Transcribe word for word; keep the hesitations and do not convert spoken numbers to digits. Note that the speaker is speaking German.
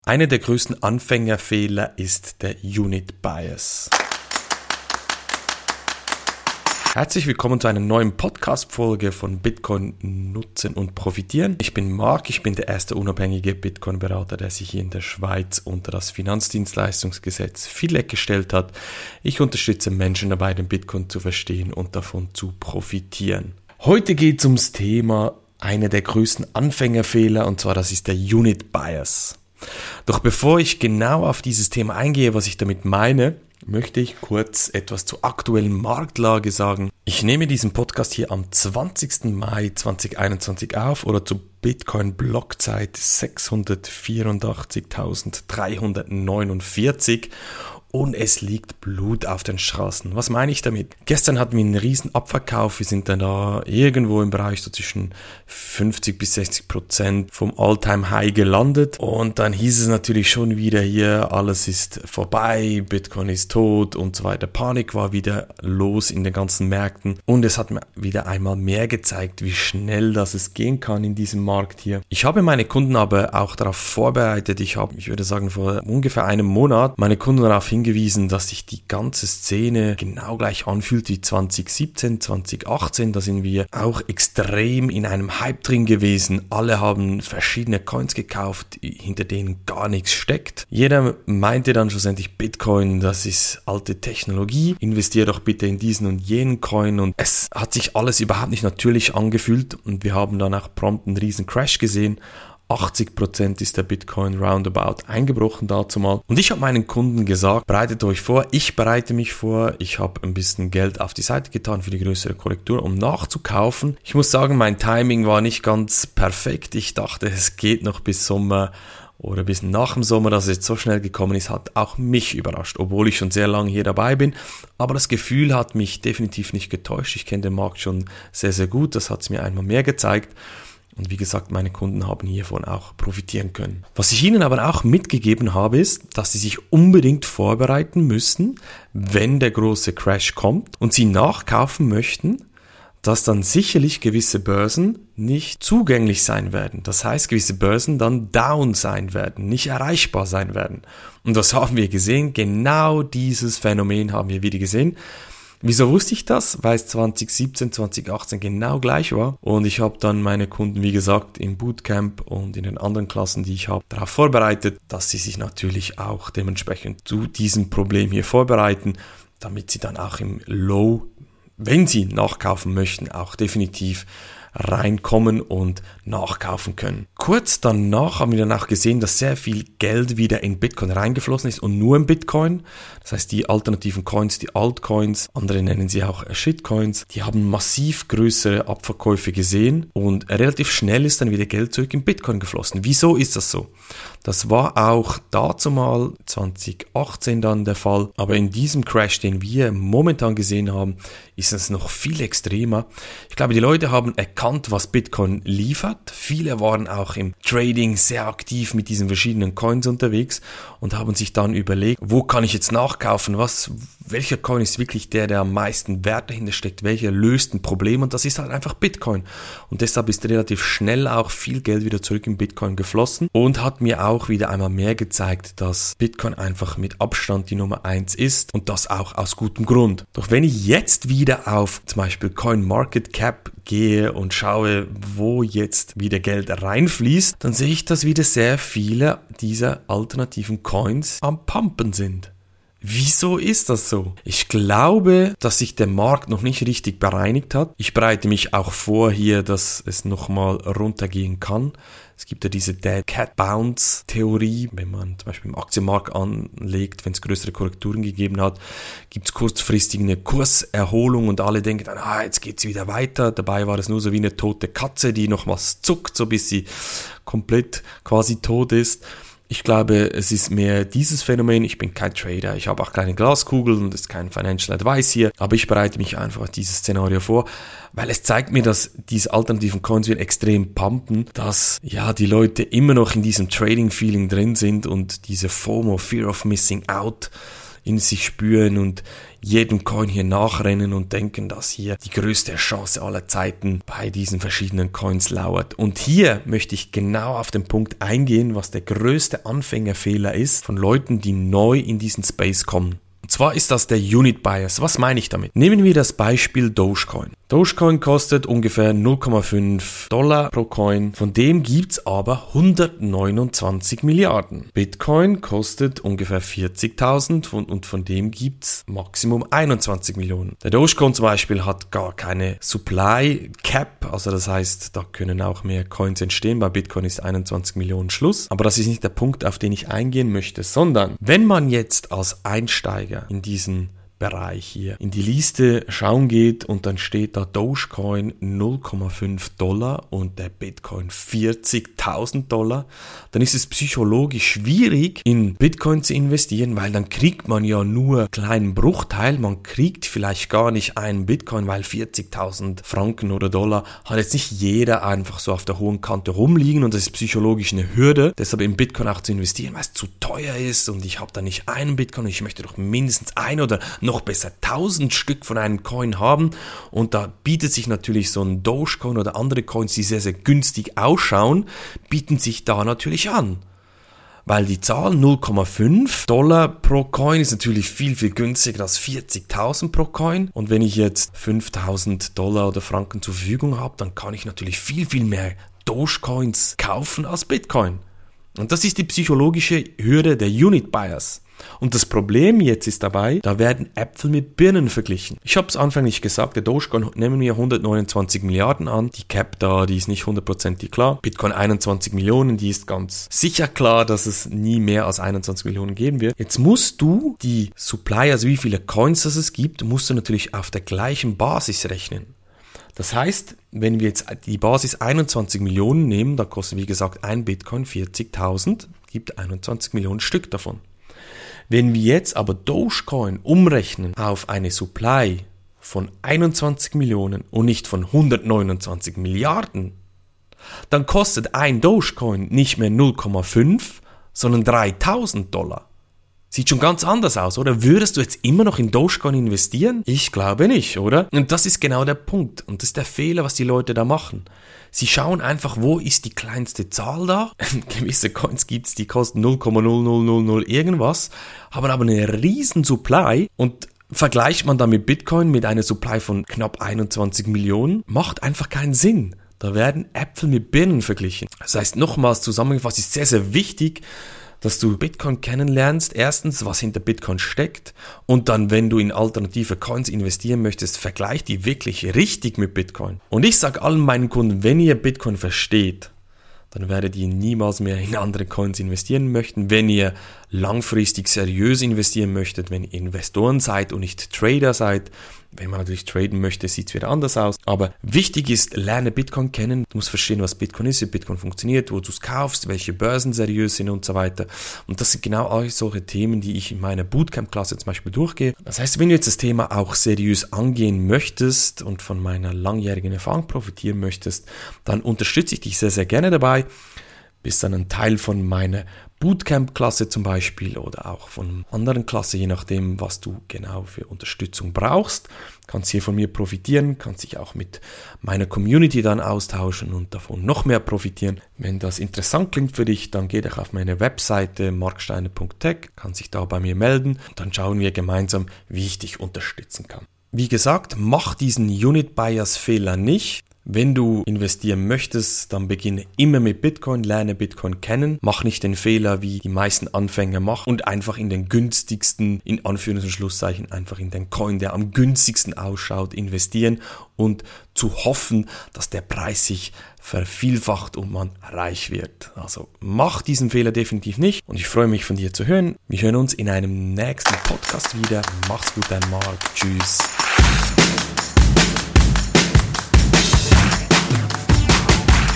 Einer der größten Anfängerfehler ist der Unit Bias. Herzlich willkommen zu einer neuen Podcast-Folge von Bitcoin nutzen und profitieren. Ich bin Marc, ich bin der erste unabhängige Bitcoin-Berater, der sich hier in der Schweiz unter das Finanzdienstleistungsgesetz F I L E C gestellt hat. Ich unterstütze Menschen dabei, den Bitcoin zu verstehen und davon zu profitieren. Heute geht es ums Thema einer der größten Anfängerfehler, und zwar das ist der Unit Bias. Doch bevor ich genau auf dieses Thema eingehe, was ich damit meine, möchte ich kurz etwas zur aktuellen Marktlage sagen. Ich nehme diesen Podcast hier am zwanzigsten Mai zweitausendeinundzwanzig auf oder zur Bitcoin-Blockzeit sechshundertvierundachtzigtausenddreihundertneunundvierzig und es liegt Blut auf den Straßen. Was meine ich damit? Gestern hatten wir einen riesen Abverkauf. Wir sind dann da irgendwo im Bereich so zwischen fünfzig bis sechzig Prozent vom All-Time-High gelandet. Und dann hieß es natürlich schon wieder hier, alles ist vorbei, Bitcoin ist tot und so weiter. Panik war wieder los in den ganzen Märkten. Und es hat mir wieder einmal mehr gezeigt, wie schnell das es gehen kann in diesem Markt hier. Ich habe meine Kunden aber auch darauf vorbereitet. Ich habe, ich würde sagen, vor ungefähr einem Monat meine Kunden darauf hingewiesen, hingewiesen, dass sich die ganze Szene genau gleich anfühlt wie zwanzig siebzehn, zwanzig achtzehn. Da sind wir auch extrem in einem Hype drin gewesen. Alle haben verschiedene Coins gekauft, hinter denen gar nichts steckt. Jeder meinte dann schlussendlich, Bitcoin, das ist alte Technologie. Investier doch bitte in diesen und jenen Coin. Und es hat sich alles überhaupt nicht natürlich angefühlt. Und wir haben dann auch prompt einen riesen Crash gesehen. achtzig Prozent ist der Bitcoin roundabout eingebrochen dazu mal. Und ich habe meinen Kunden gesagt, bereitet euch vor, ich bereite mich vor, ich habe ein bisschen Geld auf die Seite getan für die größere Korrektur, um nachzukaufen. Ich muss sagen, mein Timing war nicht ganz perfekt. Ich dachte, es geht noch bis Sommer oder bis nach dem Sommer, dass es jetzt so schnell gekommen ist, hat auch mich überrascht, obwohl ich schon sehr lange hier dabei bin. Aber das Gefühl hat mich definitiv nicht getäuscht. Ich kenne den Markt schon sehr, sehr gut. Das hat es mir einmal mehr gezeigt. Und wie gesagt, meine Kunden haben hiervon auch profitieren können. Was ich ihnen aber auch mitgegeben habe, ist, dass sie sich unbedingt vorbereiten müssen, wenn der große Crash kommt und sie nachkaufen möchten, dass dann sicherlich gewisse Börsen nicht zugänglich sein werden. Das heißt, gewisse Börsen dann down sein werden, nicht erreichbar sein werden. Und das haben wir gesehen, genau dieses Phänomen haben wir wieder gesehen. Wieso wusste ich das? Weil es zwanzig siebzehn, zwanzig achtzehn genau gleich war. Und ich habe dann meine Kunden, wie gesagt, im Bootcamp und in den anderen Klassen, die ich habe, darauf vorbereitet, dass sie sich natürlich auch dementsprechend zu diesem Problem hier vorbereiten, damit sie dann auch im Low, wenn sie nachkaufen möchten, auch definitiv reinkommen und nachkaufen können. Kurz danach haben wir dann auch gesehen, dass sehr viel Geld wieder in Bitcoin reingeflossen ist und nur in Bitcoin. Das heißt, die alternativen Coins, die Altcoins, andere nennen sie auch Shitcoins, die haben massiv größere Abverkäufe gesehen und relativ schnell ist dann wieder Geld zurück in Bitcoin geflossen. Wieso ist das so? Das war auch dazumal zwanzig achtzehn dann der Fall, aber in diesem Crash, den wir momentan gesehen haben, ist es noch viel extremer. Ich glaube, die Leute haben erkannt, was Bitcoin liefert. Viele waren auch im Trading sehr aktiv mit diesen verschiedenen Coins unterwegs und haben sich dann überlegt, wo kann ich jetzt nachkaufen, was, welcher Coin ist wirklich der, der am meisten Wert dahinter steckt, welcher löst ein Problem, und das ist halt einfach Bitcoin. Und deshalb ist relativ schnell auch viel Geld wieder zurück in Bitcoin geflossen und hat mir auch wieder einmal mehr gezeigt, dass Bitcoin einfach mit Abstand die Nummer eins ist und das auch aus gutem Grund. Doch wenn ich jetzt wieder auf zum Beispiel CoinMarketCap gehe und schaue, wo jetzt wieder Geld reinfließt, dann sehe ich, dass wieder sehr viele dieser alternativen Coins am Pumpen sind. Wieso ist das so? Ich glaube, dass sich der Markt noch nicht richtig bereinigt hat. Ich bereite mich auch vor hier, dass es nochmal runtergehen kann. Es gibt ja diese Dead Cat Bounce Theorie, wenn man zum Beispiel im Aktienmarkt anlegt, wenn es größere Korrekturen gegeben hat, gibt es kurzfristig eine Kurserholung und alle denken dann, ah, jetzt geht's wieder weiter. Dabei war es nur so wie eine tote Katze, die nochmals zuckt, so bis sie komplett quasi tot ist. Ich glaube, es ist mehr dieses Phänomen. Ich bin kein Trader, ich habe auch keine Glaskugel und es ist kein Financial Advice hier, aber ich bereite mich einfach auf dieses Szenario vor, weil es zeigt mir, dass diese alternativen Coins wieder extrem pumpen, dass ja die Leute immer noch in diesem Trading-Feeling drin sind und diese FOMO, Fear of Missing Out, in sich spüren und jedem Coin hier nachrennen und denken, dass hier die größte Chance aller Zeiten bei diesen verschiedenen Coins lauert. Und hier möchte ich genau auf den Punkt eingehen, was der größte Anfängerfehler ist von Leuten, die neu in diesen Space kommen. Und zwar ist das der Unit Bias. Was meine ich damit? Nehmen wir das Beispiel Dogecoin. Dogecoin kostet ungefähr null Komma fünf Dollar pro Coin. Von dem gibt's aber hundertneunundzwanzig Milliarden. Bitcoin kostet ungefähr vierzigtausend und, und von dem gibt's Maximum einundzwanzig Millionen. Der Dogecoin zum Beispiel hat gar keine Supply Cap, also das heißt, da können auch mehr Coins entstehen. Bei Bitcoin ist einundzwanzig Millionen Schluss. Aber das ist nicht der Punkt, auf den ich eingehen möchte, sondern wenn man jetzt als Einsteiger in diesen Bereich hier in die Liste schauen geht und dann steht da Dogecoin null Komma fünf Dollar und der Bitcoin vierzigtausend Dollar, dann ist es psychologisch schwierig, in Bitcoin zu investieren, weil dann kriegt man ja nur einen kleinen Bruchteil, man kriegt vielleicht gar nicht einen Bitcoin, weil vierzigtausend Franken oder Dollar hat jetzt nicht jeder einfach so auf der hohen Kante rumliegen und das ist psychologisch eine Hürde, deshalb in Bitcoin auch zu investieren, weil es zu teuer ist und ich habe da nicht einen Bitcoin und ich möchte doch mindestens ein oder noch noch besser tausend Stück von einem Coin haben und da bietet sich natürlich so ein Dogecoin oder andere Coins, die sehr, sehr günstig ausschauen, bieten sich da natürlich an. Weil die Zahl null Komma fünf Dollar pro Coin ist natürlich viel, viel günstiger als vierzigtausend pro Coin. Und wenn ich jetzt fünftausend Dollar oder Franken zur Verfügung habe, dann kann ich natürlich viel, viel mehr Dogecoins kaufen als Bitcoin. Und das ist die psychologische Hürde der Unit Bias. Und das Problem jetzt ist dabei, da werden Äpfel mit Birnen verglichen. Ich habe es anfänglich gesagt, der Dogecoin nehmen wir hundertneunundzwanzig Milliarden an. Die Cap da, die ist nicht hundertprozentig klar. Bitcoin einundzwanzig Millionen, die ist ganz sicher klar, dass es nie mehr als einundzwanzig Millionen geben wird. Jetzt musst du die Supply, also wie viele Coins das es gibt, musst du natürlich auf der gleichen Basis rechnen. Das heißt, wenn wir jetzt die Basis einundzwanzig Millionen nehmen, da kostet wie gesagt ein Bitcoin vierzigtausend, gibt einundzwanzig Millionen Stück davon. Wenn wir jetzt aber Dogecoin umrechnen auf eine Supply von einundzwanzig Millionen und nicht von hundertneunundzwanzig Milliarden, dann kostet ein Dogecoin nicht mehr null Komma fünf, sondern dreitausend Dollar. Sieht schon ganz anders aus, oder? Würdest du jetzt immer noch in Dogecoin investieren? Ich glaube nicht, oder? Und das ist genau der Punkt. Und das ist der Fehler, was die Leute da machen. Sie schauen einfach, wo ist die kleinste Zahl da? Gewisse Coins gibt's, die kosten null Komma null null null null irgendwas, haben aber eine riesen Supply und vergleicht man da mit Bitcoin mit einer Supply von knapp einundzwanzig Millionen, macht einfach keinen Sinn. Da werden Äpfel mit Birnen verglichen. Das heißt, nochmals zusammengefasst, ist sehr, sehr wichtig, dass du Bitcoin kennenlernst, erstens, was hinter Bitcoin steckt und dann, wenn du in alternative Coins investieren möchtest, vergleich die wirklich richtig mit Bitcoin. Und ich sage allen meinen Kunden, wenn ihr Bitcoin versteht, dann werdet ihr niemals mehr in andere Coins investieren möchten. Wenn ihr langfristig seriös investieren möchtet, wenn ihr Investoren seid und nicht Trader seid, wenn man natürlich traden möchte, sieht es wieder anders aus. Aber wichtig ist, lerne Bitcoin kennen. Du musst verstehen, was Bitcoin ist, wie Bitcoin funktioniert, wo du es kaufst, welche Börsen seriös sind und so weiter. Und das sind genau all solche Themen, die ich in meiner Bootcamp-Klasse zum Beispiel durchgehe. Das heißt, wenn du jetzt das Thema auch seriös angehen möchtest und von meiner langjährigen Erfahrung profitieren möchtest, dann unterstütze ich dich sehr, sehr gerne dabei. Bist dann ein Teil von meiner Bootcamp-Klasse zum Beispiel oder auch von anderen Klasse, je nachdem, was du genau für Unterstützung brauchst. Kannst hier von mir profitieren, kannst dich auch mit meiner Community dann austauschen und davon noch mehr profitieren. Wenn das interessant klingt für dich, dann geh doch auf meine Webseite marksteiner punkt tech, kannst dich da bei mir melden und dann schauen wir gemeinsam, wie ich dich unterstützen kann. Wie gesagt, mach diesen Unit Bias Fehler nicht. Wenn du investieren möchtest, dann beginne immer mit Bitcoin, lerne Bitcoin kennen, mach nicht den Fehler, wie die meisten Anfänger machen und einfach in den günstigsten, in Anführungs- und Schlusszeichen, einfach in den Coin, der am günstigsten ausschaut, investieren und zu hoffen, dass der Preis sich vervielfacht und man reich wird. Also mach diesen Fehler definitiv nicht und ich freue mich von dir zu hören. Wir hören uns in einem nächsten Podcast wieder. Mach's gut, dein Marc. Tschüss.